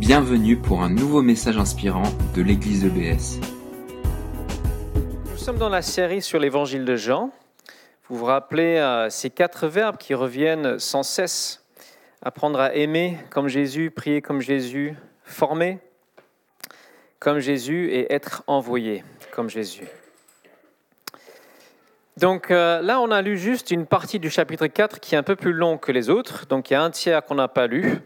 Bienvenue pour un nouveau message inspirant de l'Église EBS. Nous sommes dans la série sur l'évangile de Jean. Vous vous rappelez ces 4 verbes qui reviennent sans cesse. Apprendre à aimer comme Jésus, prier comme Jésus, former comme Jésus et être envoyé comme Jésus. Donc là, on a lu juste une partie du chapitre 4 qui est un peu plus long que les autres. Donc il y a un tiers qu'on n'a pas lu.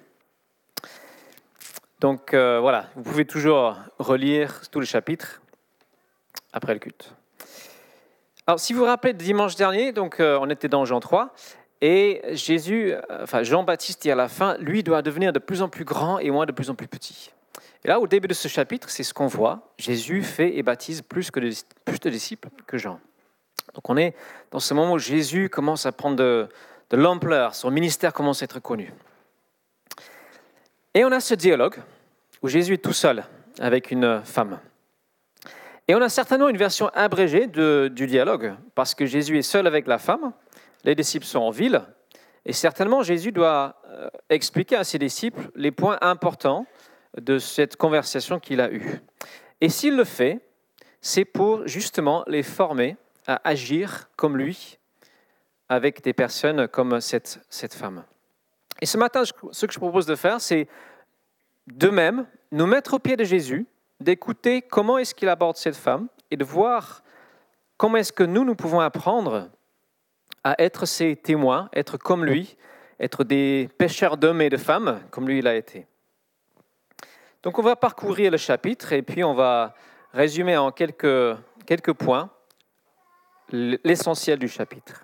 Donc voilà, vous pouvez toujours relire tout le chapitre après le culte. Alors si vous vous rappelez de dimanche dernier, donc on était dans Jean 3, et Jean-Baptiste dit à la fin, lui doit devenir de plus en plus grand et moi de plus en plus petit. Et là, au début de ce chapitre, c'est ce qu'on voit. Jésus fait et baptise plus de disciples que Jean. Donc on est dans ce moment où Jésus commence à prendre de l'ampleur, son ministère commence à être connu. Et on a ce dialogue où Jésus est tout seul avec une femme. Et on a certainement une version abrégée du dialogue, parce que Jésus est seul avec la femme, les disciples sont en ville, et certainement Jésus doit expliquer à ses disciples les points importants de cette conversation qu'il a eue. Et s'il le fait, c'est pour justement les former à agir comme lui, avec des personnes comme cette femme. Et ce matin, ce que je propose de faire, c'est de même nous mettre au pied de Jésus, d'écouter comment est-ce qu'il aborde cette femme et de voir comment est-ce que nous pouvons apprendre à être ses témoins, être comme lui, être des pêcheurs d'hommes et de femmes comme lui il a été. Donc on va parcourir le chapitre et puis on va résumer en quelques points l'essentiel du chapitre.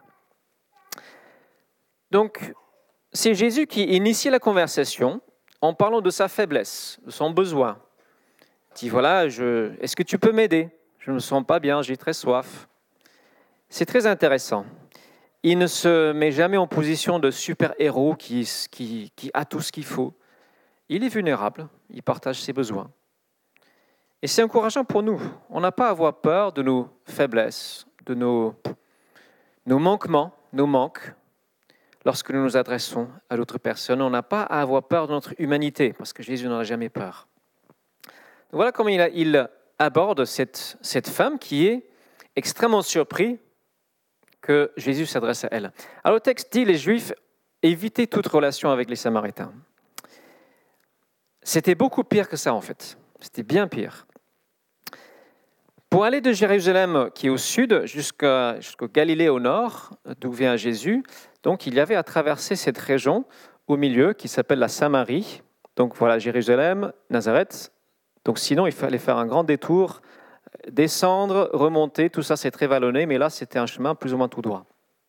Donc, c'est Jésus qui initie la conversation en parlant de sa faiblesse, de son besoin. Il dit, voilà, est-ce que tu peux m'aider ? Je ne me sens pas bien, j'ai très soif. C'est très intéressant. Il ne se met jamais en position de super-héros qui a tout ce qu'il faut. Il est vulnérable, il partage ses besoins. Et c'est encourageant pour nous. On n'a pas à avoir peur de nos faiblesses, de nos manquements, nos manques. Lorsque nous nous adressons à d'autres personnes, on n'a pas à avoir peur de notre humanité, parce que Jésus n'en a jamais peur. Donc voilà comment il aborde cette femme qui est extrêmement surprise que Jésus s'adresse à elle. Alors le texte dit, les Juifs évitaient toute relation avec les Samaritains. C'était beaucoup pire que ça en fait, c'était bien pire. Pour aller de Jérusalem, qui est au sud, jusqu'au Galilée au nord, d'où vient Jésus, donc il y avait à traverser cette région au milieu qui s'appelle la Samarie. Donc voilà, Jérusalem, Nazareth. Donc sinon, il fallait faire un grand détour, descendre, remonter, tout ça c'est très vallonné, mais là c'était un chemin plus ou moins tout droit.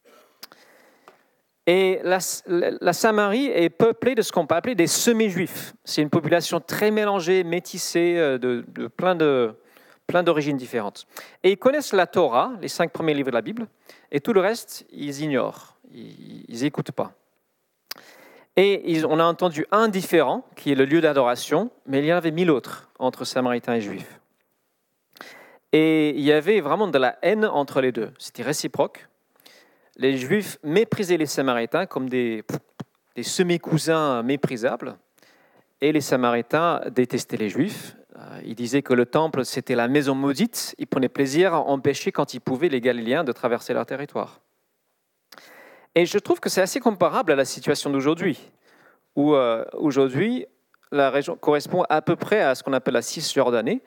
Et la Samarie est peuplée de ce qu'on peut appeler des semi-juifs. C'est une population très mélangée, métissée, de plein d'origines différentes. Et ils connaissent la Torah, les 5 premiers livres de la Bible, et tout le reste, ils ignorent, ils n'écoutent pas. Et on a entendu un différent, qui est le lieu d'adoration, mais il y en avait 1000 autres entre Samaritains et Juifs. Et il y avait vraiment de la haine entre les deux, c'était réciproque. Les Juifs méprisaient les Samaritains comme des semi-cousins méprisables, et les Samaritains détestaient les Juifs. Ils disaient que le temple, c'était la maison maudite. Ils prenaient plaisir à empêcher, quand ils pouvaient, les Galiléens de traverser leur territoire. Et je trouve que c'est assez comparable à la situation d'aujourd'hui, où aujourd'hui, la région correspond à peu près à ce qu'on appelle la Cisjordanie.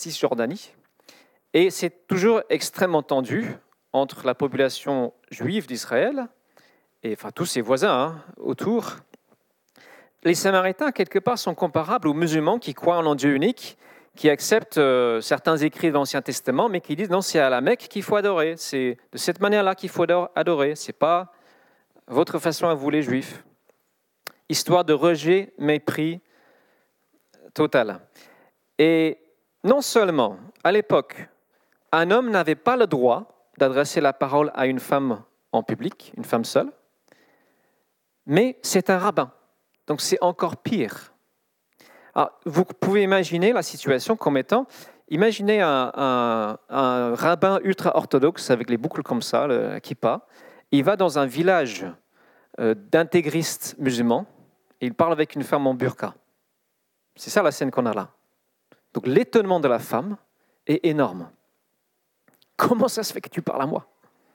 Et c'est toujours extrêmement tendu entre la population juive d'Israël et tous ses voisins autour. Les Samaritains, quelque part, sont comparables aux musulmans qui croient en un Dieu unique, qui acceptent certains écrits de l'Ancien Testament, mais qui disent non, c'est à la Mecque qu'il faut adorer. C'est de cette manière-là qu'il faut adorer. Ce n'est pas votre façon à vous, les Juifs. Histoire de rejet, mépris total. Et non seulement, à l'époque, un homme n'avait pas le droit d'adresser la parole à une femme en public, une femme seule, mais c'est un rabbin. Donc c'est encore pire. Alors, vous pouvez imaginer la situation comme étant, imaginez un rabbin ultra-orthodoxe avec les boucles comme ça, le kippa, il va dans un village d'intégristes musulmans et il parle avec une femme en burqa. C'est ça la scène qu'on a là. Donc l'étonnement de la femme est énorme. Comment ça se fait que tu parles à moi?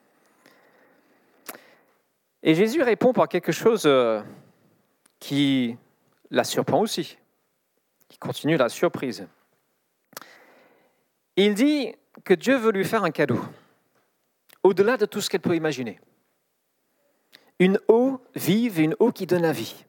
Et Jésus répond par quelque chose qui la surprend aussi, qui continue la surprise. Il dit que Dieu veut lui faire un cadeau, au-delà de tout ce qu'elle peut imaginer. Une eau vive et une eau qui donne la vie.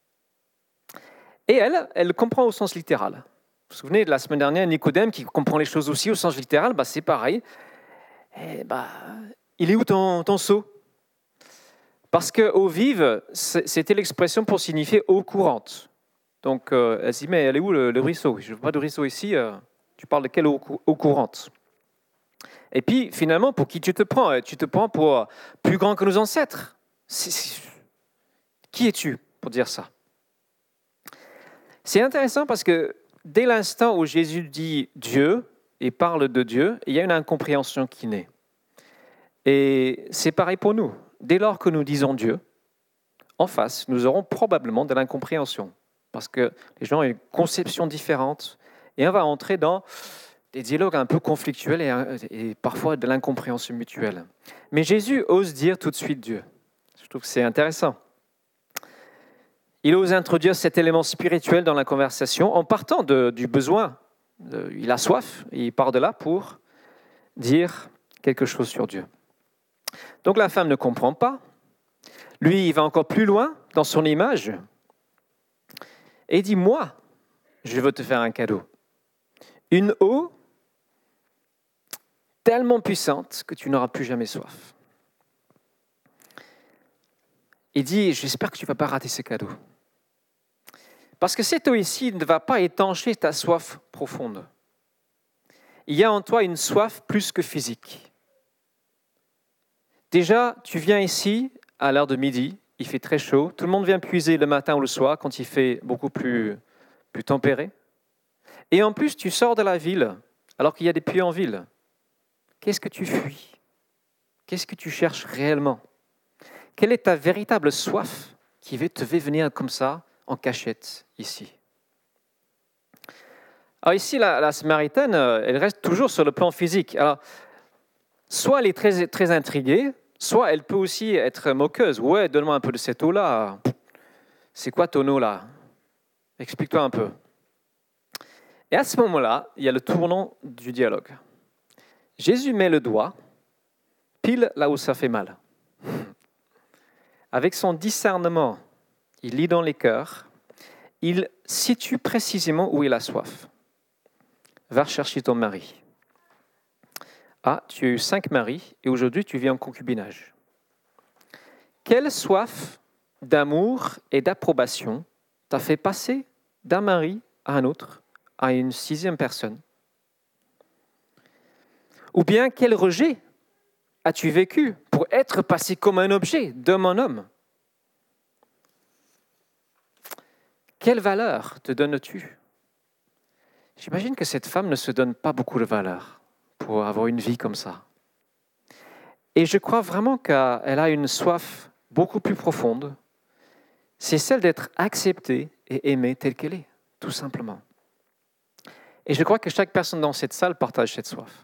Et elle comprend au sens littéral. Vous vous souvenez de la semaine dernière, Nicodème qui comprend les choses aussi au sens littéral, c'est pareil. Il est où ton seau? Parce que eau vive, c'était l'expression pour signifier eau courante. Donc elle se dit, mais elle est où le ruisseau? Je ne veux pas de ruisseau ici, tu parles de quelle eau courante? Et puis finalement, pour qui tu te prends? Tu te prends pour plus grand que nos ancêtres. Qui es-tu pour dire ça? C'est intéressant parce que dès l'instant où Jésus dit Dieu et parle de Dieu, il y a une incompréhension qui naît. Et c'est pareil pour nous. Dès lors que nous disons Dieu, en face, nous aurons probablement de l'incompréhension parce que les gens ont une conception différente et on va entrer dans des dialogues un peu conflictuels et parfois de l'incompréhension mutuelle. Mais Jésus ose dire tout de suite Dieu. Je trouve que c'est intéressant. Il ose introduire cet élément spirituel dans la conversation en partant du besoin. Il a soif et il part de là pour dire quelque chose sur Dieu. Donc la femme ne comprend pas. Lui, il va encore plus loin dans son image et il dit, moi, je veux te faire un cadeau. Une eau tellement puissante que tu n'auras plus jamais soif. Il dit, j'espère que tu ne vas pas rater ce cadeau. Parce que cette eau ici ne va pas étancher ta soif profonde. Il y a en toi une soif plus que physique. Déjà, tu viens ici à l'heure de midi, il fait très chaud. Tout le monde vient puiser le matin ou le soir quand il fait beaucoup plus tempéré. Et en plus, tu sors de la ville alors qu'il y a des puits en ville. Qu'est-ce que tu fuis? Qu'est-ce que tu cherches réellement? Quelle est ta véritable soif qui te fait venir comme ça en cachette ici? Alors ici, la Samaritaine, elle reste toujours sur le plan physique. Alors, soit elle est très, très intriguée, soit elle peut aussi être moqueuse. Ouais, donne-moi un peu de cette eau-là. C'est quoi ton eau là? Explique-toi un peu. Et à ce moment-là, il y a le tournant du dialogue. Jésus met le doigt pile là où ça fait mal. Avec son discernement, il lit dans les cœurs, il situe précisément où est la soif. Va chercher ton mari. Ah, tu as eu 5 maris et aujourd'hui tu vis en concubinage. Quelle soif d'amour et d'approbation t'a fait passer d'un mari à un autre, à une 6e personne? Ou bien quel rejet as-tu vécu pour être passé comme un objet d'homme en homme? Quelle valeur te donnes-tu? J'imagine que cette femme ne se donne pas beaucoup de valeur pour avoir une vie comme ça. Et je crois vraiment qu'elle a une soif beaucoup plus profonde. C'est celle d'être acceptée et aimée telle qu'elle est, tout simplement. Et je crois que chaque personne dans cette salle partage cette soif.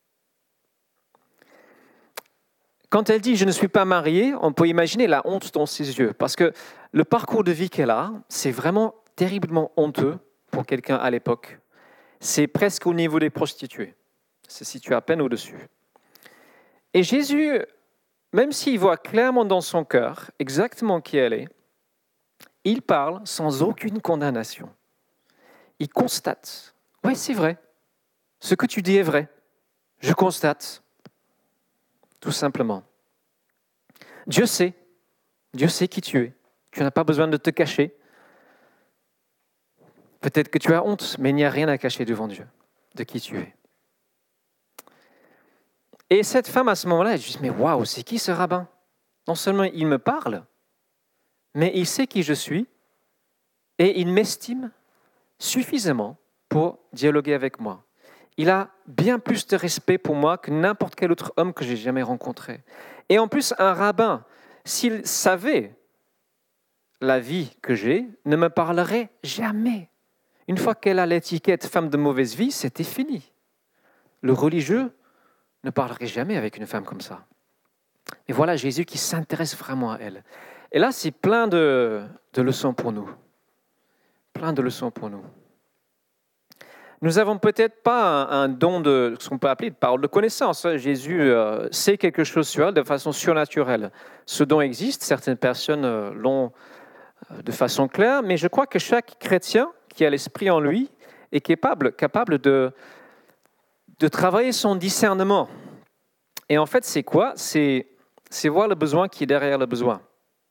Quand elle dit « je ne suis pas mariée », on peut imaginer la honte dans ses yeux. Parce que le parcours de vie qu'elle a, c'est vraiment terriblement honteux pour quelqu'un à l'époque. C'est presque au niveau des prostituées. Se situe à peine au-dessus. Et Jésus, même s'il voit clairement dans son cœur exactement qui elle est, il parle sans aucune condamnation. Il constate. Oui, c'est vrai. Ce que tu dis est vrai. Je constate. Tout simplement. Dieu sait qui tu es. Tu n'as pas besoin de te cacher. Peut-être que tu as honte, mais il n'y a rien à cacher devant Dieu de qui tu es. Et cette femme, à ce moment-là, elle dit, mais waouh, c'est qui ce rabbin? Non seulement il me parle, mais il sait qui je suis et il m'estime suffisamment pour dialoguer avec moi. Il a bien plus de respect pour moi que n'importe quel autre homme que j'ai jamais rencontré. Et en plus, un rabbin, s'il savait la vie que j'ai, ne me parlerait jamais. Une fois qu'elle a l'étiquette femme de mauvaise vie, c'était fini. Le religieux ne parlerait jamais avec une femme comme ça. Et voilà Jésus qui s'intéresse vraiment à elle. Et là, c'est plein de leçons pour nous. Plein de leçons pour nous. Nous n'avons peut-être pas un don de ce qu'on peut appeler de parole de connaissance. Jésus sait quelque chose sur elle de façon surnaturelle. Ce don existe, certaines personnes l'ont de façon claire, mais je crois que chaque chrétien qui a l'esprit en lui est capable de travailler son discernement. Et en fait, c'est quoi ? C'est voir le besoin qui est derrière le besoin.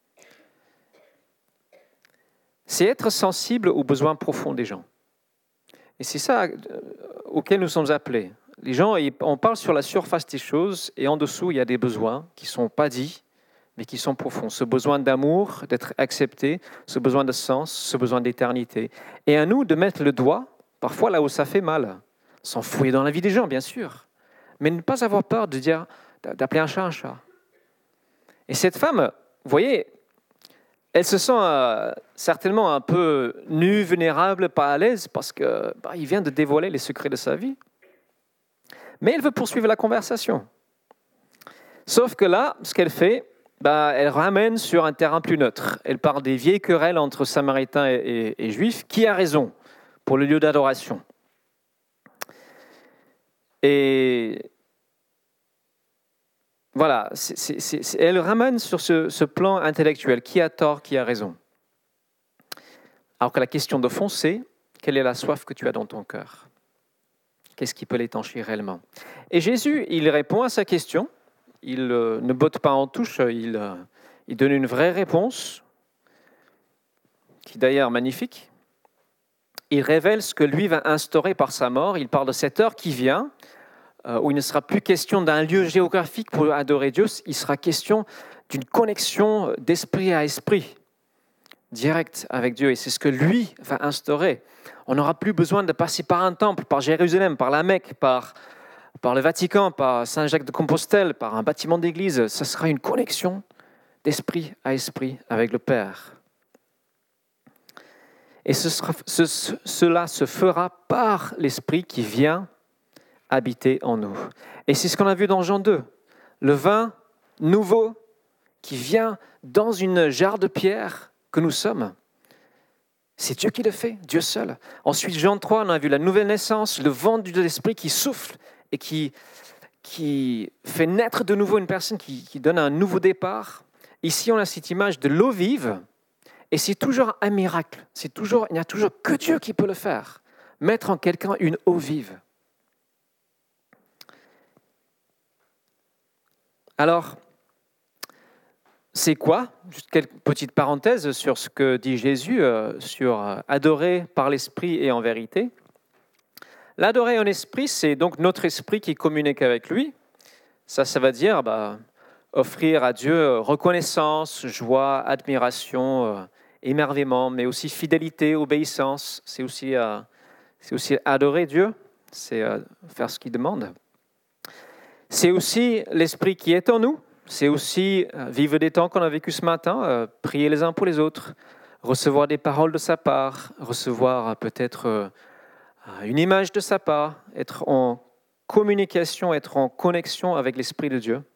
C'est être sensible aux besoins profonds des gens. Et c'est ça auquel nous sommes appelés. Les gens, on parle sur la surface des choses et en dessous, il y a des besoins qui ne sont pas dits, mais qui sont profonds. Ce besoin d'amour, d'être accepté, ce besoin de sens, ce besoin d'éternité. Et à nous de mettre le doigt, parfois là où ça fait mal, sans fouiller dans la vie des gens, bien sûr, mais ne pas avoir peur d'appeler un chat un chat. Et cette femme, vous voyez, elle se sent certainement un peu nue, vulnérable, pas à l'aise, parce qu'il vient de dévoiler les secrets de sa vie. Mais elle veut poursuivre la conversation. Sauf que là, ce qu'elle fait, elle ramène sur un terrain plus neutre. Elle parle des vieilles querelles entre Samaritains et Juifs. Qui a raison pour le lieu d'adoration ? Et voilà, elle ramène sur ce plan intellectuel. Qui a tort, qui a raison ? Alors que la question de fond, c'est quelle est la soif que tu as dans ton cœur ? Qu'est-ce qui peut l'étancher réellement ? Et Jésus, il répond à sa question. Il ne botte pas en touche, il donne une vraie réponse, qui est d'ailleurs magnifique. Il révèle ce que lui va instaurer par sa mort. Il parle de cette heure qui vient, où il ne sera plus question d'un lieu géographique pour adorer Dieu, il sera question d'une connexion d'esprit à esprit, directe avec Dieu. Et c'est ce que lui va instaurer. On n'aura plus besoin de passer par un temple, par Jérusalem, par la Mecque, par le Vatican, par Saint-Jacques-de-Compostelle, par un bâtiment d'église. Ce sera une connexion d'esprit à esprit avec le Père. Et cela se fera par l'Esprit qui vient habiter en nous. Et c'est ce qu'on a vu dans Jean 2. Le vin nouveau qui vient dans une jarre de pierre que nous sommes. C'est Dieu qui le fait, Dieu seul. Ensuite, Jean 3, on a vu la nouvelle naissance, le vent de l'Esprit qui souffle et qui fait naître de nouveau une personne, qui donne un nouveau départ. Ici, on a cette image de l'eau vive. Et c'est toujours un miracle. Il n'y a toujours que Dieu qui peut le faire. Mettre en quelqu'un une eau vive. Alors, c'est quoi ? Juste quelques petites parenthèses sur ce que dit Jésus sur adorer par l'esprit et en vérité. L'adorer en esprit, c'est donc notre esprit qui communique avec lui. Ça va dire offrir à Dieu reconnaissance, joie, admiration, émerveillement, mais aussi fidélité, obéissance. C'est aussi adorer Dieu, c'est faire ce qu'il demande. C'est aussi l'esprit qui est en nous. C'est aussi vivre des temps qu'on a vécu ce matin, prier les uns pour les autres, recevoir des paroles de sa part, recevoir peut-être une image de sa part, être en communication, être en connexion avec l'Esprit de Dieu.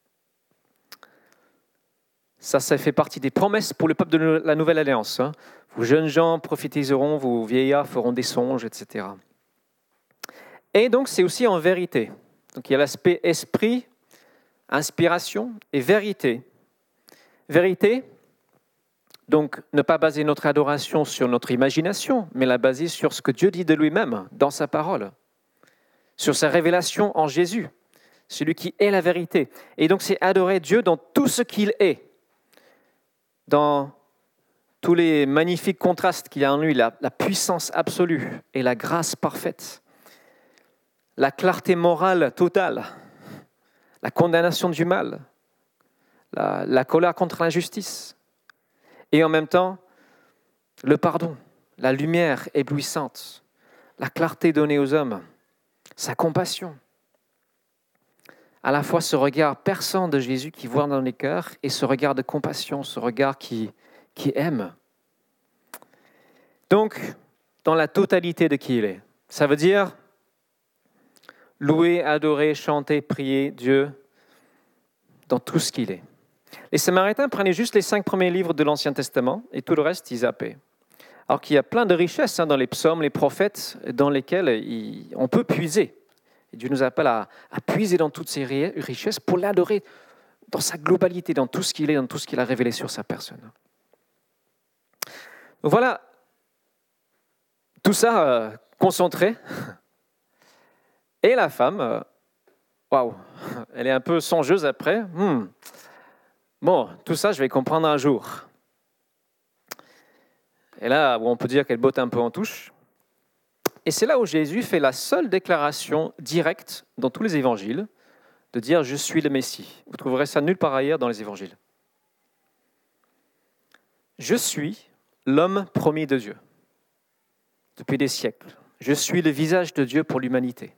Ça fait partie des promesses pour le peuple de la Nouvelle Alliance. Vous jeunes gens prophétiseront, vous vieillards feront des songes, etc. Et donc, c'est aussi en vérité. Donc, il y a l'aspect esprit, inspiration et vérité. Vérité, donc ne pas baser notre adoration sur notre imagination, mais la baser sur ce que Dieu dit de lui-même dans sa parole, sur sa révélation en Jésus, celui qui est la vérité. Et donc, c'est adorer Dieu dans tout ce qu'il est, dans tous les magnifiques contrastes qu'il y a en lui, la puissance absolue et la grâce parfaite, la clarté morale totale, la condamnation du mal, la colère contre l'injustice, et en même temps, le pardon, la lumière éblouissante, la clarté donnée aux hommes, sa compassion. À la fois ce regard perçant de Jésus qui voit dans les cœurs et ce regard de compassion, ce regard qui aime. Donc, dans la totalité de qui il est. Ça veut dire louer, adorer, chanter, prier Dieu dans tout ce qu'il est. Les Samaritains prenaient juste les 5 premiers livres de l'Ancien Testament et tout le reste, ils zappaient. Alors qu'il y a plein de richesses dans les psaumes, les prophètes, dans lesquels on peut puiser. Et Dieu nous appelle à puiser dans toutes ces richesses pour l'adorer dans sa globalité, dans tout ce qu'il est, dans tout ce qu'il a révélé sur sa personne. Donc voilà, tout ça concentré. Et la femme, waouh, elle est un peu songeuse après. Bon, tout ça, je vais comprendre un jour. Et là, on peut dire qu'elle botte un peu en touche. Et c'est là où Jésus fait la seule déclaration directe dans tous les évangiles, de dire « Je suis le Messie ». Vous trouverez ça nulle part ailleurs dans les évangiles. Je suis l'homme promis de Dieu depuis des siècles. Je suis le visage de Dieu pour l'humanité.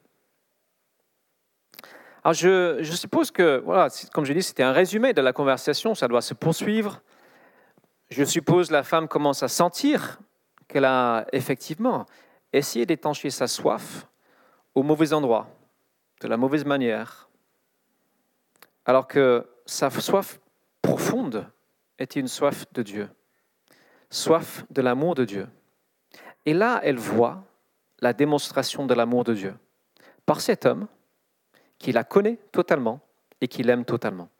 Alors je suppose que, voilà, comme je dis, c'était un résumé de la conversation, ça doit se poursuivre. Je suppose la femme commence à sentir qu'elle a effectivement essayé d'étancher sa soif au mauvais endroit, de la mauvaise manière, alors que sa soif profonde était une soif de Dieu, soif de l'amour de Dieu. Et là, elle voit la démonstration de l'amour de Dieu par cet homme qui la connaît totalement et qui l'aime totalement.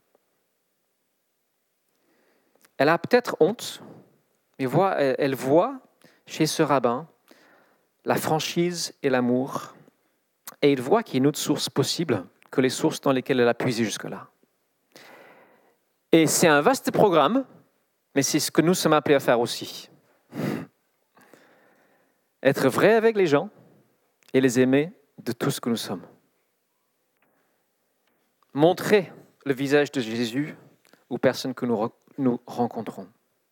Elle a peut-être honte, mais elle voit chez ce rabbin la franchise et l'amour, et il voit qu'il y a une autre source possible que les sources dans lesquelles elle a puisé jusque-là. Et c'est un vaste programme, mais c'est ce que nous sommes appelés à faire aussi. Être vrai avec les gens et les aimer de tout ce que nous sommes. Montrer le visage de Jésus aux personnes que nous rencontrons.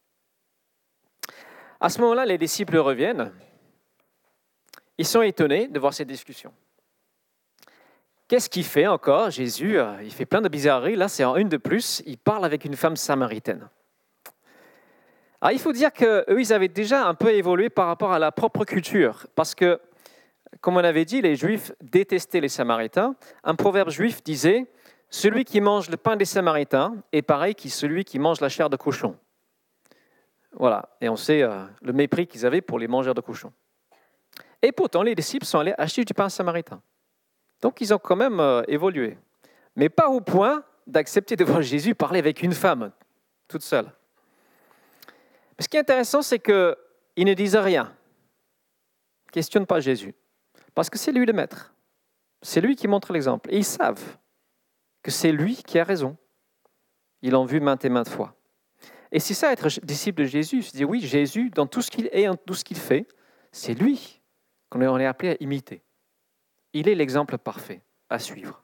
À ce moment-là, les disciples reviennent. Ils sont étonnés de voir cette discussion. Qu'est-ce qu'il fait encore, Jésus? Il fait plein de bizarreries. Là, c'est en une de plus. Il parle avec une femme samaritaine. Alors, il faut dire qu'eux, ils avaient déjà un peu évolué par rapport à la propre culture. Parce que, comme on avait dit, les Juifs détestaient les Samaritains. Un proverbe juif disait « Celui qui mange le pain des Samaritains est pareil que celui qui mange la chair de cochon. » Voilà, et on sait le mépris qu'ils avaient pour les mangeurs de cochons. Et pourtant, les disciples sont allés acheter du pain samaritain. Donc, ils ont quand même évolué. Mais pas au point d'accepter de voir Jésus parler avec une femme, toute seule. Mais ce qui est intéressant, c'est qu'ils ne disent rien. Ils ne questionnent pas Jésus. Parce que c'est lui le maître. C'est lui qui montre l'exemple. Et ils savent que c'est lui qui a raison. Ils l'ont vu maintes et maintes fois. Et c'est ça, être disciple de Jésus. Se dire, oui, Jésus, dans tout ce qu'il est, dans tout ce qu'il fait, c'est lui qu'on est appelé à imiter. Il est l'exemple parfait à suivre.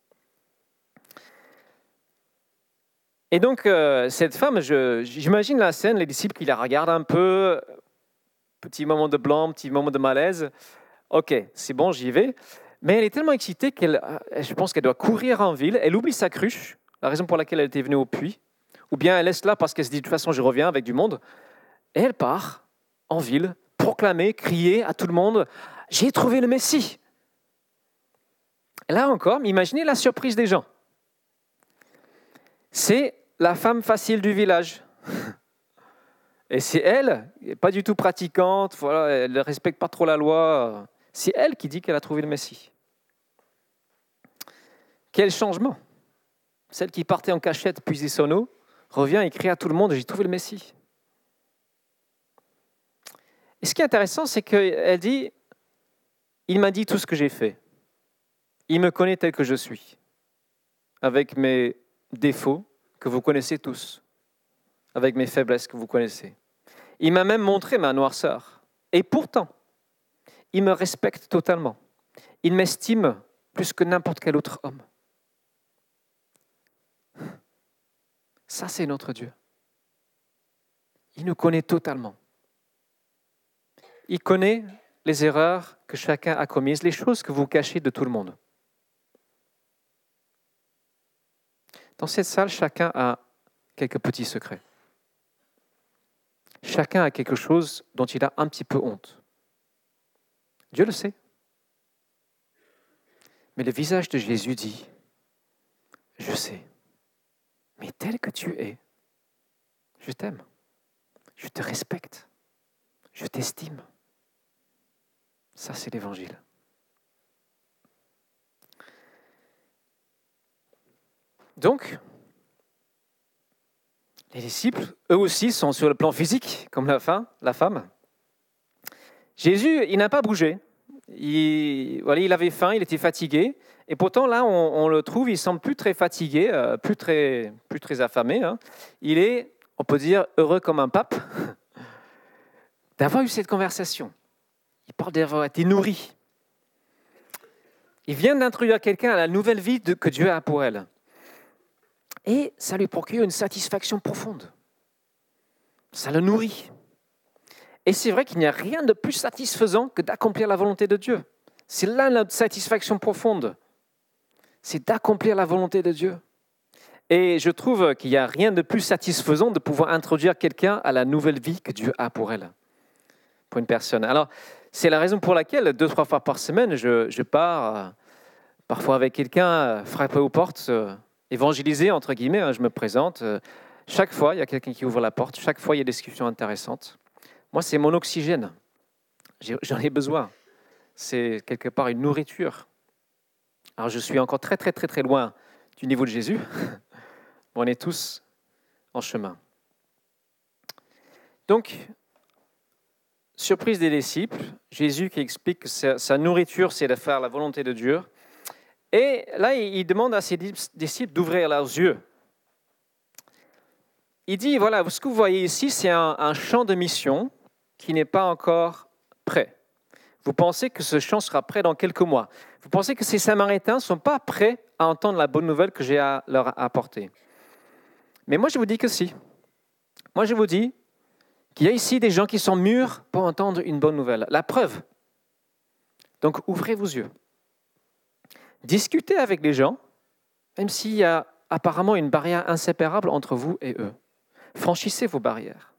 Et donc, cette femme, j'imagine la scène, les disciples qui la regardent un peu, petit moment de blanc, petit moment de malaise. Ok, c'est bon, j'y vais. Mais elle est tellement excitée je pense qu'elle doit courir en ville. Elle oublie sa cruche, la raison pour laquelle elle était venue au puits. Ou bien elle laisse là parce qu'elle se dit, de toute façon, je reviens avec du monde. Et elle part en ville, proclamer, crier à tout le monde, « J'ai trouvé le Messie !» Là encore, imaginez la surprise des gens. C'est la femme facile du village. Et c'est elle, pas du tout pratiquante, voilà, elle ne respecte pas trop la loi. C'est elle qui dit qu'elle a trouvé le Messie. Quel changement! Celle qui partait en cachette, puiser son eau, revient et crie à tout le monde, « J'ai trouvé le Messie !» Et ce qui est intéressant, c'est qu'elle dit, « Il m'a dit tout ce que j'ai fait. Il me connaît tel que je suis, avec mes défauts que vous connaissez tous, avec mes faiblesses que vous connaissez. Il m'a même montré ma noirceur. Et pourtant, il me respecte totalement. Il m'estime plus que n'importe quel autre homme. » Ça, c'est notre Dieu. Il nous connaît totalement. Il connaît les erreurs que chacun a commises, les choses que vous cachez de tout le monde. Dans cette salle, chacun a quelques petits secrets. Chacun a quelque chose dont il a un petit peu honte. Dieu le sait. Mais le visage de Jésus dit, je sais, mais tel que tu es, je t'aime, je te respecte, je t'estime. Ça, c'est l'Évangile. Donc, les disciples, eux aussi, sont sur le plan physique, comme la femme. Jésus, il n'a pas bougé. Il avait faim, il était fatigué. Et pourtant, là, on le trouve, il semble plus très fatigué, plus très affamé. Hein. Il est, on peut dire, heureux comme un pape d'avoir eu cette conversation. Il parle d'avoir été nourri. Il vient d'introduire quelqu'un à la nouvelle vie que Dieu a pour elle. Et ça lui procure une satisfaction profonde. Ça le nourrit. Et c'est vrai qu'il n'y a rien de plus satisfaisant que d'accomplir la volonté de Dieu. C'est là notre satisfaction profonde. C'est d'accomplir la volonté de Dieu. Et je trouve qu'il n'y a rien de plus satisfaisant de pouvoir introduire quelqu'un à la nouvelle vie que Dieu a pour elle, pour une personne. Alors, c'est la raison pour laquelle 2-3 fois par semaine, je pars parfois avec quelqu'un, frapper aux portes, évangéliser, entre guillemets, hein, je me présente. Chaque fois, il y a quelqu'un qui ouvre la porte. Chaque fois, il y a des discussions intéressantes. Moi, c'est mon oxygène. J'en ai besoin. C'est quelque part une nourriture. Alors, je suis encore très, très, très, très loin du niveau de Jésus. On est tous en chemin. Donc, surprise des disciples, Jésus qui explique que sa nourriture, c'est de faire la volonté de Dieu. Et là, il demande à ses disciples d'ouvrir leurs yeux. Il dit, voilà, ce que vous voyez ici, c'est un champ de mission qui n'est pas encore prêt. Vous pensez que ce champ sera prêt dans quelques mois. Vous pensez que ces Samaritains ne sont pas prêts à entendre la bonne nouvelle que j'ai à leur apporter. Mais moi, je vous dis que si. Moi, je vous dis qu'il y a ici des gens qui sont mûrs pour entendre une bonne nouvelle. La preuve. Donc, ouvrez vos yeux. Discutez avec les gens, même s'il y a apparemment une barrière inséparable entre vous et eux. Franchissez vos barrières.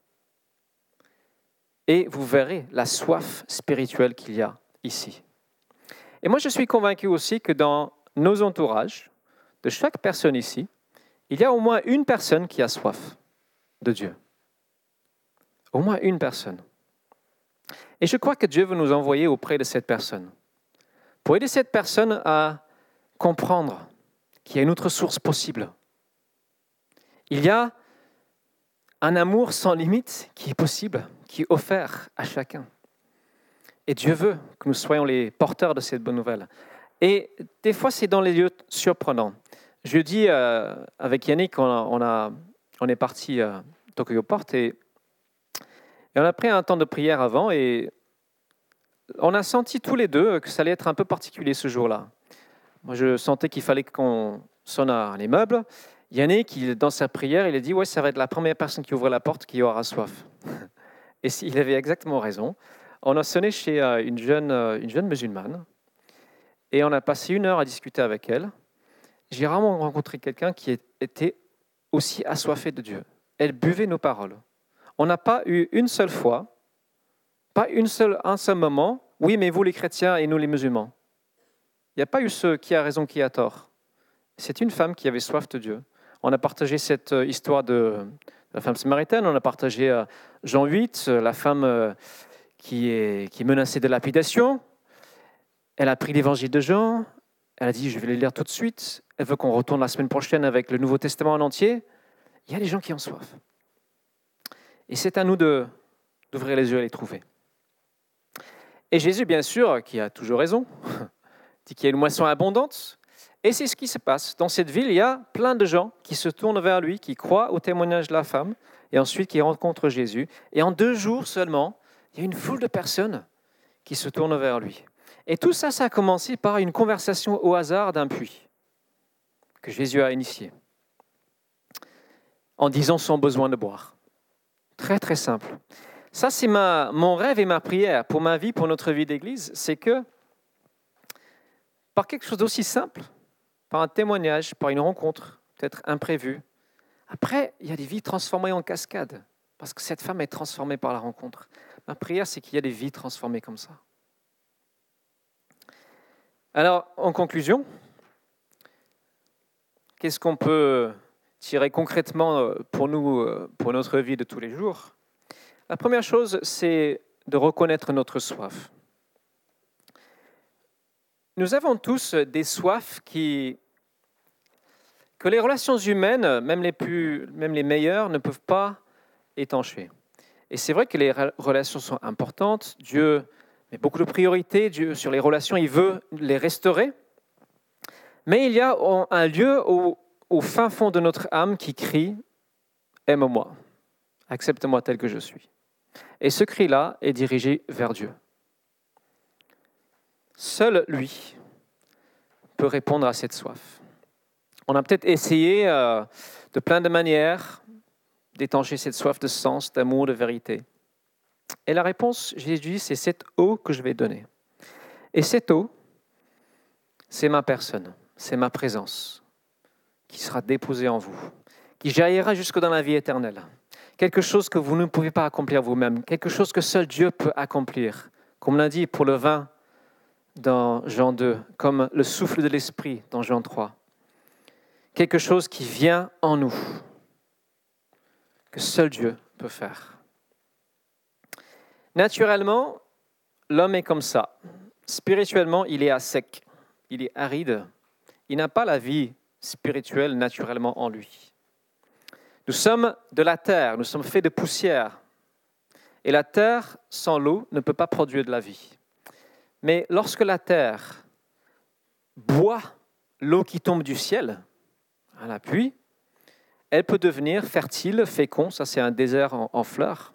Et vous verrez la soif spirituelle qu'il y a ici. Et moi, je suis convaincu aussi que dans nos entourages, de chaque personne ici, il y a au moins une personne qui a soif de Dieu. Au moins une personne. Et je crois que Dieu veut nous envoyer auprès de cette personne. Pour aider cette personne à comprendre qu'il y a une autre source possible. Il y a un amour sans limite qui est possible, qui est offert à chacun. Et Dieu veut que nous soyons les porteurs de cette bonne nouvelle. Et des fois, c'est dans les lieux surprenants. Jeudi, avec Yannick, on est parti à Tokyo Port et on a pris un temps de prière avant et on a senti tous les deux que ça allait être un peu particulier ce jour-là. Moi, je sentais qu'il fallait qu'on sonne à les meubles. Yannick, dans sa prière, il a dit « Ouais, ça va être la première personne qui ouvre la porte qui aura soif. » Et il avait exactement raison. On a sonné chez une jeune musulmane et on a passé 1 heure à discuter avec elle. J'ai rarement rencontré quelqu'un qui était aussi assoiffé de Dieu. Elle buvait nos paroles. On n'a pas eu une seule fois, pas un seul moment, « Oui, mais vous les chrétiens et nous les musulmans. » Il n'y a pas eu ce qui a raison, qui a tort. C'est une femme qui avait soif de Dieu. On a partagé cette histoire de la femme samaritaine, on a partagé Jean 8, la femme qui est menacée de lapidation. Elle a pris l'évangile de Jean, elle a dit « Je vais le lire tout de suite ». Elle veut qu'on retourne la semaine prochaine avec le Nouveau Testament en entier. Il y a des gens qui ont soif. Et c'est à nous d'ouvrir les yeux et les trouver. Et Jésus, bien sûr, qui a toujours raison, dit qu'il y a une moisson abondante. Et c'est ce qui se passe. Dans cette ville, il y a plein de gens qui se tournent vers lui, qui croient au témoignage de la femme, et ensuite qui rencontrent Jésus. Et en 2 jours seulement, il y a une foule de personnes qui se tournent vers lui. Et tout ça, ça a commencé par une conversation au hasard d'un puits que Jésus a initié, en disant son besoin de boire. Très, très simple. Ça, c'est mon rêve et ma prière pour ma vie, pour notre vie d'église, c'est que par quelque chose d'aussi simple, par un témoignage, par une rencontre, peut-être imprévue, après, il y a des vies transformées en cascade, parce que cette femme est transformée par la rencontre. Ma prière, c'est qu'il y a des vies transformées comme ça. Alors, en conclusion, qu'est-ce qu'on peut tirer concrètement pour nous, pour notre vie de tous les jours? La première chose, c'est de reconnaître notre soif. Nous avons tous des soifs que les relations humaines, même les meilleures, ne peuvent pas étancher. Et c'est vrai que les relations sont importantes. Dieu met beaucoup de priorités sur les relations, il veut les restaurer. Mais il y a un lieu au fin fond de notre âme qui crie « Aime-moi, accepte-moi tel que je suis ». Et ce cri-là est dirigé vers Dieu. Seul lui peut répondre à cette soif. On a peut-être essayé de plein de manières d'étancher cette soif de sens, d'amour, de vérité. Et la réponse, Jésus dit, c'est cette eau que je vais donner. Et cette eau, c'est ma personne, c'est ma présence qui sera déposée en vous, qui jaillira jusque dans la vie éternelle. Quelque chose que vous ne pouvez pas accomplir vous-même, quelque chose que seul Dieu peut accomplir. Comme l'a dit pour le vin dans Jean 2, comme le souffle de l'Esprit dans Jean 3. Quelque chose qui vient en nous, que seul Dieu peut faire. Naturellement, l'homme est comme ça. Spirituellement, il est à sec, il est aride. Il n'a pas la vie spirituelle naturellement en lui. Nous sommes de la terre, nous sommes faits de poussière. Et la terre, sans l'eau, ne peut pas produire de la vie. Mais lorsque la terre boit l'eau qui tombe du ciel, à la pluie, elle peut devenir fertile, fécond, ça c'est un désert en fleurs.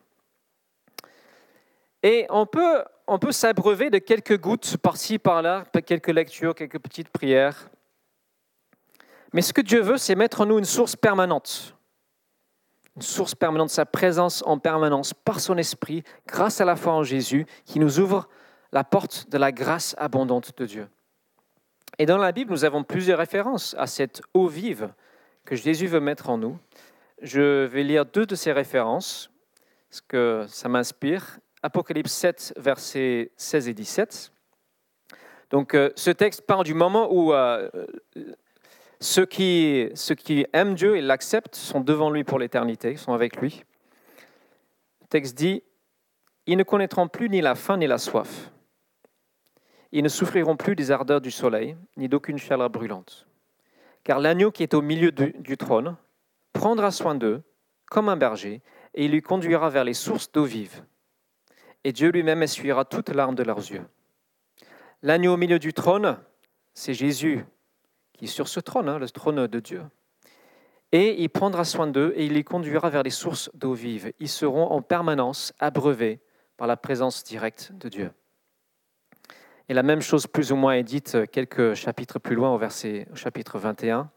Et on peut s'abreuver de quelques gouttes par-ci, par-là, quelques lectures, quelques petites prières. Mais ce que Dieu veut, c'est mettre en nous une source permanente. Une source permanente, sa présence en permanence, par son esprit, grâce à la foi en Jésus, qui nous ouvre la porte de la grâce abondante de Dieu. Et dans la Bible, nous avons plusieurs références à cette eau vive que Jésus veut mettre en nous. Je vais lire 2 de ces références, parce que ça m'inspire. Apocalypse 7, versets 16 et 17. Donc, ce texte parle du moment où ceux qui aiment Dieu et l'acceptent sont devant lui pour l'éternité, sont avec lui. Le texte dit « Ils ne connaîtront plus ni la faim ni la soif. Ils ne souffriront plus des ardeurs du soleil, ni d'aucune chaleur brûlante. Car l'agneau qui est au milieu du trône prendra soin d'eux comme un berger, et il lui conduira vers les sources d'eau vive. Et Dieu lui-même essuiera toutes larmes de leurs yeux. » L'agneau au milieu du trône, c'est Jésus qui est sur ce trône, le trône de Dieu. Et il prendra soin d'eux et il les conduira vers les sources d'eau vive. Ils seront en permanence abreuvés par la présence directe de Dieu. Et la même chose plus ou moins est dite quelques chapitres plus loin au chapitre 21,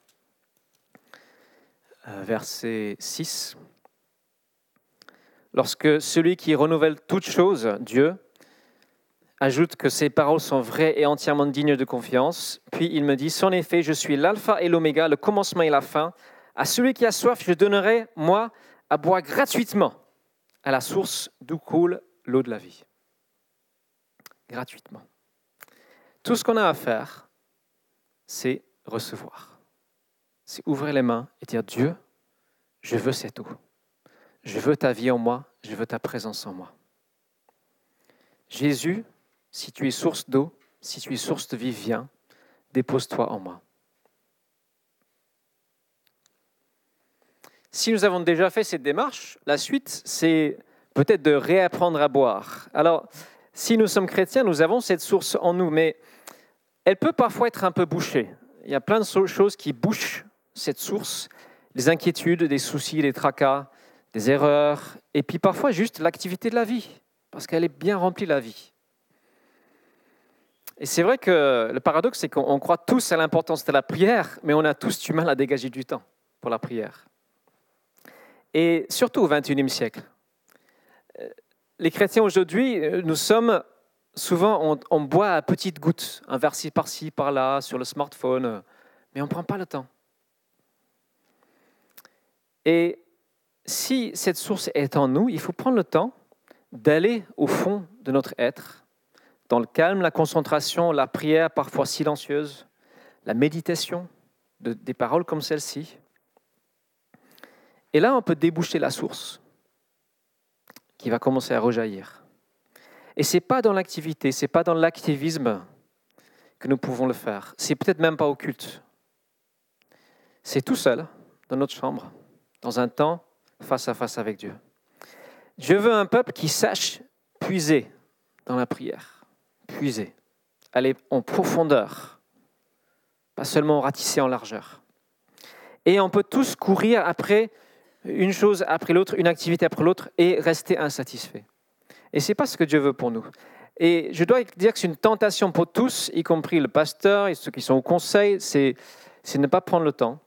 verset 6. Lorsque celui qui renouvelle toutes choses, Dieu, ajoute que ses paroles sont vraies et entièrement dignes de confiance, puis il me dit, « En effet, je suis l'alpha et l'oméga, le commencement et la fin. À celui qui a soif, je donnerai, moi, à boire gratuitement à la source d'où coule l'eau de la vie. » Gratuitement. Tout ce qu'on a à faire, c'est recevoir. C'est ouvrir les mains et dire, « Dieu, je veux cette eau. Je veux ta vie en moi, je veux ta présence en moi. » Jésus, si tu es source d'eau, si tu es source de vie, viens, dépose-toi en moi. Si nous avons déjà fait cette démarche, la suite, c'est peut-être de réapprendre à boire. Alors, si nous sommes chrétiens, nous avons cette source en nous, mais elle peut parfois être un peu bouchée. Il y a plein de choses qui bouchent cette source, des inquiétudes, des soucis, des tracas, des erreurs, et puis parfois juste l'activité de la vie, parce qu'elle est bien remplie, la vie. Et c'est vrai que le paradoxe, c'est qu'on croit tous à l'importance de la prière, mais on a tous du mal à dégager du temps pour la prière. Et surtout au XXIe siècle. Les chrétiens aujourd'hui, nous sommes souvent, on boit à petites gouttes, un verset par-ci, par-là, sur le smartphone, mais on ne prend pas le temps. Et si cette source est en nous, il faut prendre le temps d'aller au fond de notre être, dans le calme, la concentration, la prière parfois silencieuse, la méditation des paroles comme celle-ci. Et là, on peut déboucher la source qui va commencer à rejaillir. Et ce n'est pas dans l'activité, ce n'est pas dans l'activisme que nous pouvons le faire. C'est peut-être même pas au culte. C'est tout seul, dans notre chambre, dans un temps face à face avec Dieu. Dieu veut un peuple qui sache puiser dans la prière. Puiser. Aller en profondeur. Pas seulement ratisser en largeur. Et on peut tous courir après une chose après l'autre, une activité après l'autre, et rester insatisfait. Et ce n'est pas ce que Dieu veut pour nous. Et je dois dire que c'est une tentation pour tous, y compris le pasteur et ceux qui sont au conseil, c'est ne pas prendre le temps.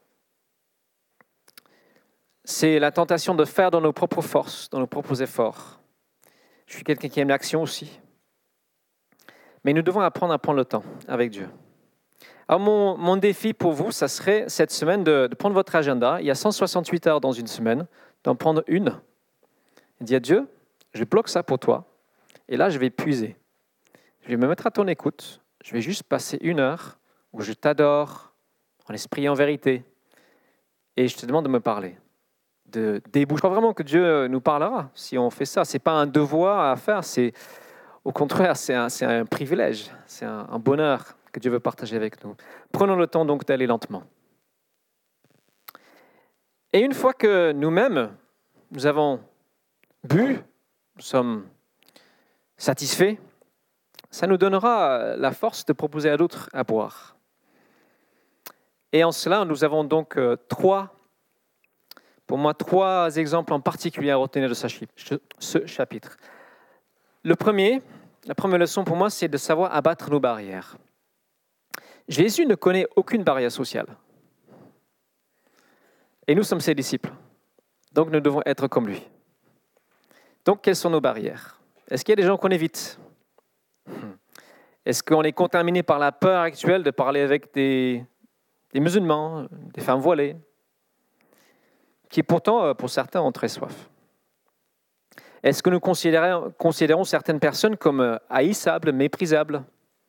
C'est la tentation de faire dans nos propres forces, dans nos propres efforts. Je suis quelqu'un qui aime l'action aussi. Mais nous devons apprendre à prendre le temps avec Dieu. Alors mon défi pour vous, ça serait cette semaine de prendre votre agenda. Il y a 168 heures dans une semaine, d'en prendre une. Et dire, Dieu, je bloque ça pour toi. Et là, je vais puiser. Je vais me mettre à ton écoute. Je vais juste passer 1 heure où je t'adore en esprit et en vérité. Et je te demande de me parler. Je crois vraiment que Dieu nous parlera si on fait ça. Ce n'est pas un devoir à faire, au contraire, c'est un privilège, c'est un bonheur que Dieu veut partager avec nous. Prenons le temps donc d'aller lentement. Et une fois que nous-mêmes, nous avons bu, nous sommes satisfaits, ça nous donnera la force de proposer à d'autres à boire. Et en cela, nous avons donc trois exemples en particulier à retenir de ce chapitre. La première leçon pour moi, c'est de savoir abattre nos barrières. Jésus ne connaît aucune barrière sociale. Et nous sommes ses disciples. Donc nous devons être comme lui. Donc quelles sont nos barrières? Est-ce qu'il y a des gens qu'on évite? Est-ce qu'on est contaminé par la peur actuelle de parler avec des musulmans, des femmes voilées, qui pourtant, pour certains, ont très soif? Est-ce que nous considérons certaines personnes comme haïssables, méprisables?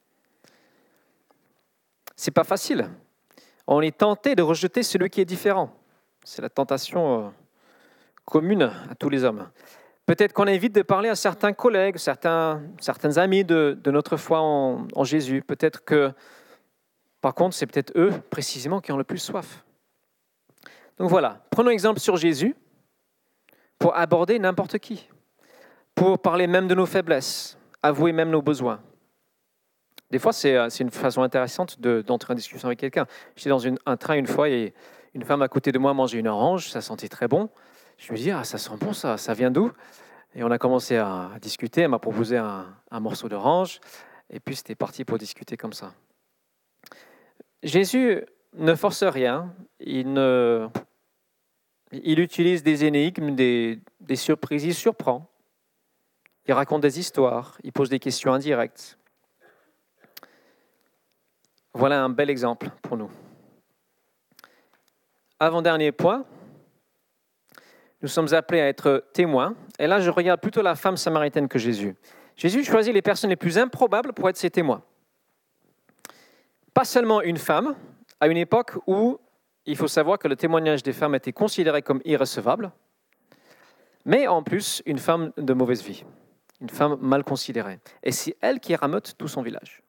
Ce n'est pas facile. On est tenté de rejeter celui qui est différent. C'est la tentation commune à tous les hommes. Peut-être qu'on évite de parler à certains collègues, certains amis de notre foi en Jésus. Peut-être que, par contre, c'est peut-être eux, précisément, qui ont le plus soif. Donc voilà, prenons exemple sur Jésus pour aborder n'importe qui, pour parler même de nos faiblesses, avouer même nos besoins. Des fois, c'est une façon intéressante d'entrer en discussion avec quelqu'un. J'étais dans un train une fois et une femme à côté de moi mangeait une orange, ça sentait très bon. Je me dis, ça sent bon ça vient d'où? Et on a commencé à discuter, elle m'a proposé un morceau d'orange, et puis c'était parti pour discuter comme ça. Jésus ne force rien, il utilise des énigmes, des surprises, il surprend, il raconte des histoires, il pose des questions indirectes. Voilà un bel exemple pour nous. Avant-dernier point, nous sommes appelés à être témoins. Et là, je regarde plutôt la femme samaritaine que Jésus. Jésus choisit les personnes les plus improbables pour être ses témoins. Pas seulement une femme, à une époque où il faut savoir que le témoignage des femmes était considéré comme irrecevable, mais en plus une femme de mauvaise vie, une femme mal considérée. Et c'est elle qui rameute tout son village.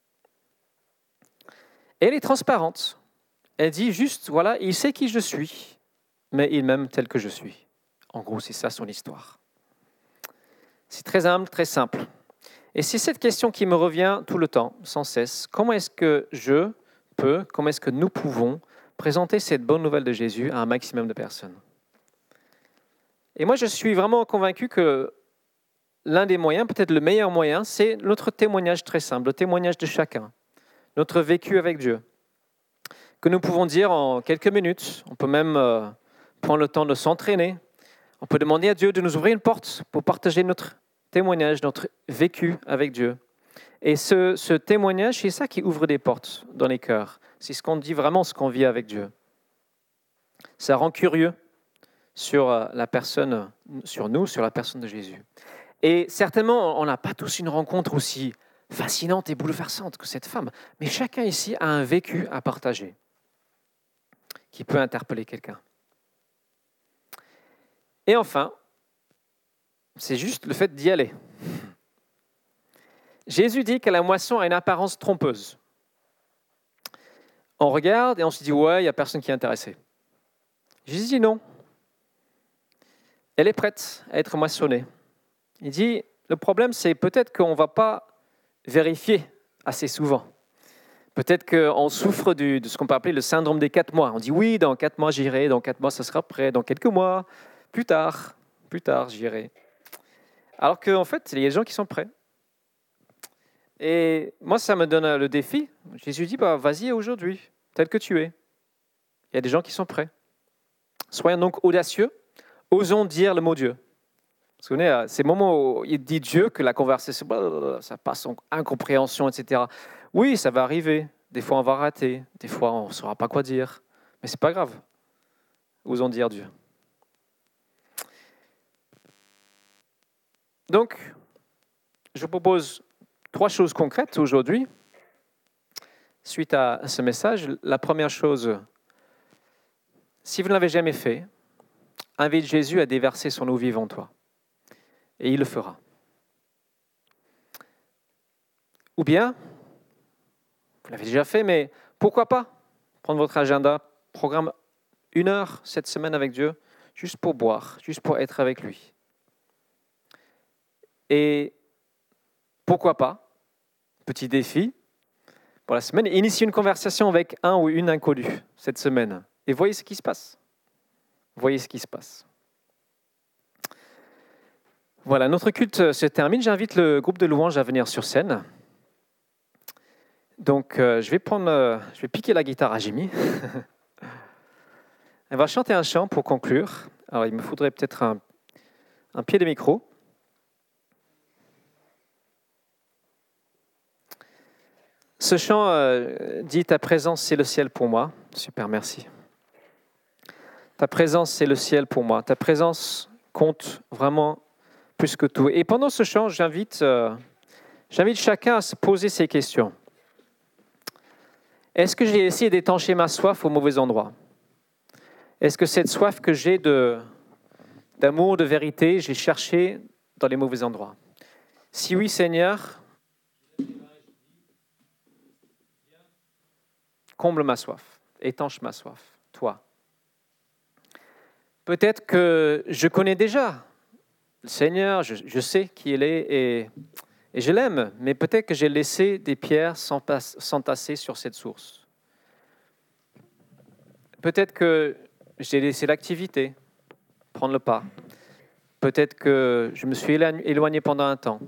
Et elle est transparente. Elle dit juste, voilà, il sait qui je suis, mais il m'aime tel que je suis. En gros, c'est ça son histoire. C'est très humble, très simple. Et c'est cette question qui me revient tout le temps, sans cesse. Comment est-ce que comment est-ce que nous pouvons présenter cette bonne nouvelle de Jésus à un maximum de personnes? Et moi, je suis vraiment convaincu que l'un des moyens, peut-être le meilleur moyen, c'est notre témoignage très simple, le témoignage de chacun. Notre vécu avec Dieu, que nous pouvons dire en quelques minutes. On peut même prendre le temps de s'entraîner. On peut demander à Dieu de nous ouvrir une porte pour partager notre témoignage, notre vécu avec Dieu. Et ce témoignage, c'est ça qui ouvre des portes dans les cœurs. C'est ce qu'on dit vraiment, ce qu'on vit avec Dieu. Ça rend curieux sur la personne, sur nous, sur la personne de Jésus. Et certainement, on n'a pas tous une rencontre aussi fascinante et bouleversante que cette femme. Mais chacun ici a un vécu à partager qui peut interpeller quelqu'un. Et enfin, c'est juste le fait d'y aller. Jésus dit que la moisson a une apparence trompeuse. On regarde et on se dit « ouais, il n'y a personne qui est intéressé ». Jésus dit non. Elle est prête à être moissonnée. Il dit « le problème, c'est peut-être qu'on ne va pas vérifier assez souvent. Peut-être qu'on souffre de ce qu'on peut appeler le syndrome des 4 mois. On dit « oui, dans 4 mois, j'irai, dans 4 mois, ça sera prêt, dans quelques mois, plus tard, j'irai. » Alors qu'en fait, il y a des gens qui sont prêts. Et moi, ça me donne le défi. Jésus dit, vas-y aujourd'hui, tel que tu es. Il y a des gens qui sont prêts. Soyons donc audacieux, osons dire le mot Dieu. Parce qu'on est à ces moments où il dit Dieu, que la conversation, ça passe en incompréhension, etc. Oui, ça va arriver. Des fois, on va rater. Des fois, on ne saura pas quoi dire. Mais ce n'est pas grave. Osons dire Dieu. Donc, je vous propose 3 choses concrètes aujourd'hui, suite à ce message. La première chose, si vous ne l'avez jamais fait, invite Jésus à déverser son eau vive en toi. Et il le fera. Ou bien, vous l'avez déjà fait, mais pourquoi pas prendre votre agenda, programme 1 heure cette semaine avec Dieu, juste pour boire, juste pour être avec lui. Et pourquoi pas, petit défi pour la semaine, initier une conversation avec un ou une inconnue cette semaine. Et voyez ce qui se passe. Voyez ce qui se passe. Voilà, notre culte se termine. J'invite le groupe de louanges à venir sur scène. Donc, je vais piquer la guitare à Jimmy. Elle va chanter un chant pour conclure. Alors, il me faudrait peut-être un pied de micro. Ce chant dit « Ta présence, c'est le ciel pour moi ». Super, merci. Ta présence, c'est le ciel pour moi. Ta présence compte vraiment plus que tout. Et pendant ce chant, j'invite chacun à se poser ces questions. Est-ce que j'ai essayé d'étancher ma soif au mauvais endroit ? Est-ce que cette soif que j'ai d'amour, de vérité, j'ai cherché dans les mauvais endroits ? Si oui, Seigneur, comble ma soif, étanche ma soif, toi. Peut-être que je connais déjà le Seigneur, je sais qui il est et je l'aime, mais peut-être que j'ai laissé des pierres s'entasser sur cette source. Peut-être que j'ai laissé l'activité prendre le pas. Peut-être que je me suis éloigné pendant un temps.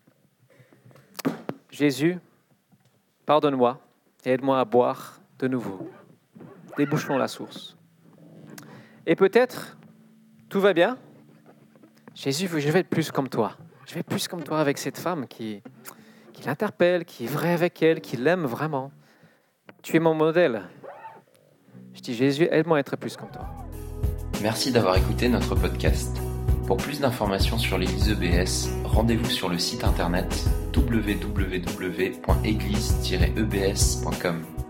Jésus, pardonne-moi et aide-moi à boire de nouveau. Débouchons la source. Et peut-être, tout va bien. Jésus, je vais être plus comme toi. Je vais être plus comme toi avec cette femme qui l'interpelle, qui est vraie avec elle, qui l'aime vraiment. Tu es mon modèle. Je dis, Jésus, aide-moi à être plus comme toi. Merci d'avoir écouté notre podcast. Pour plus d'informations sur l'Église EBS, rendez-vous sur le site internet www.église-ebs.com.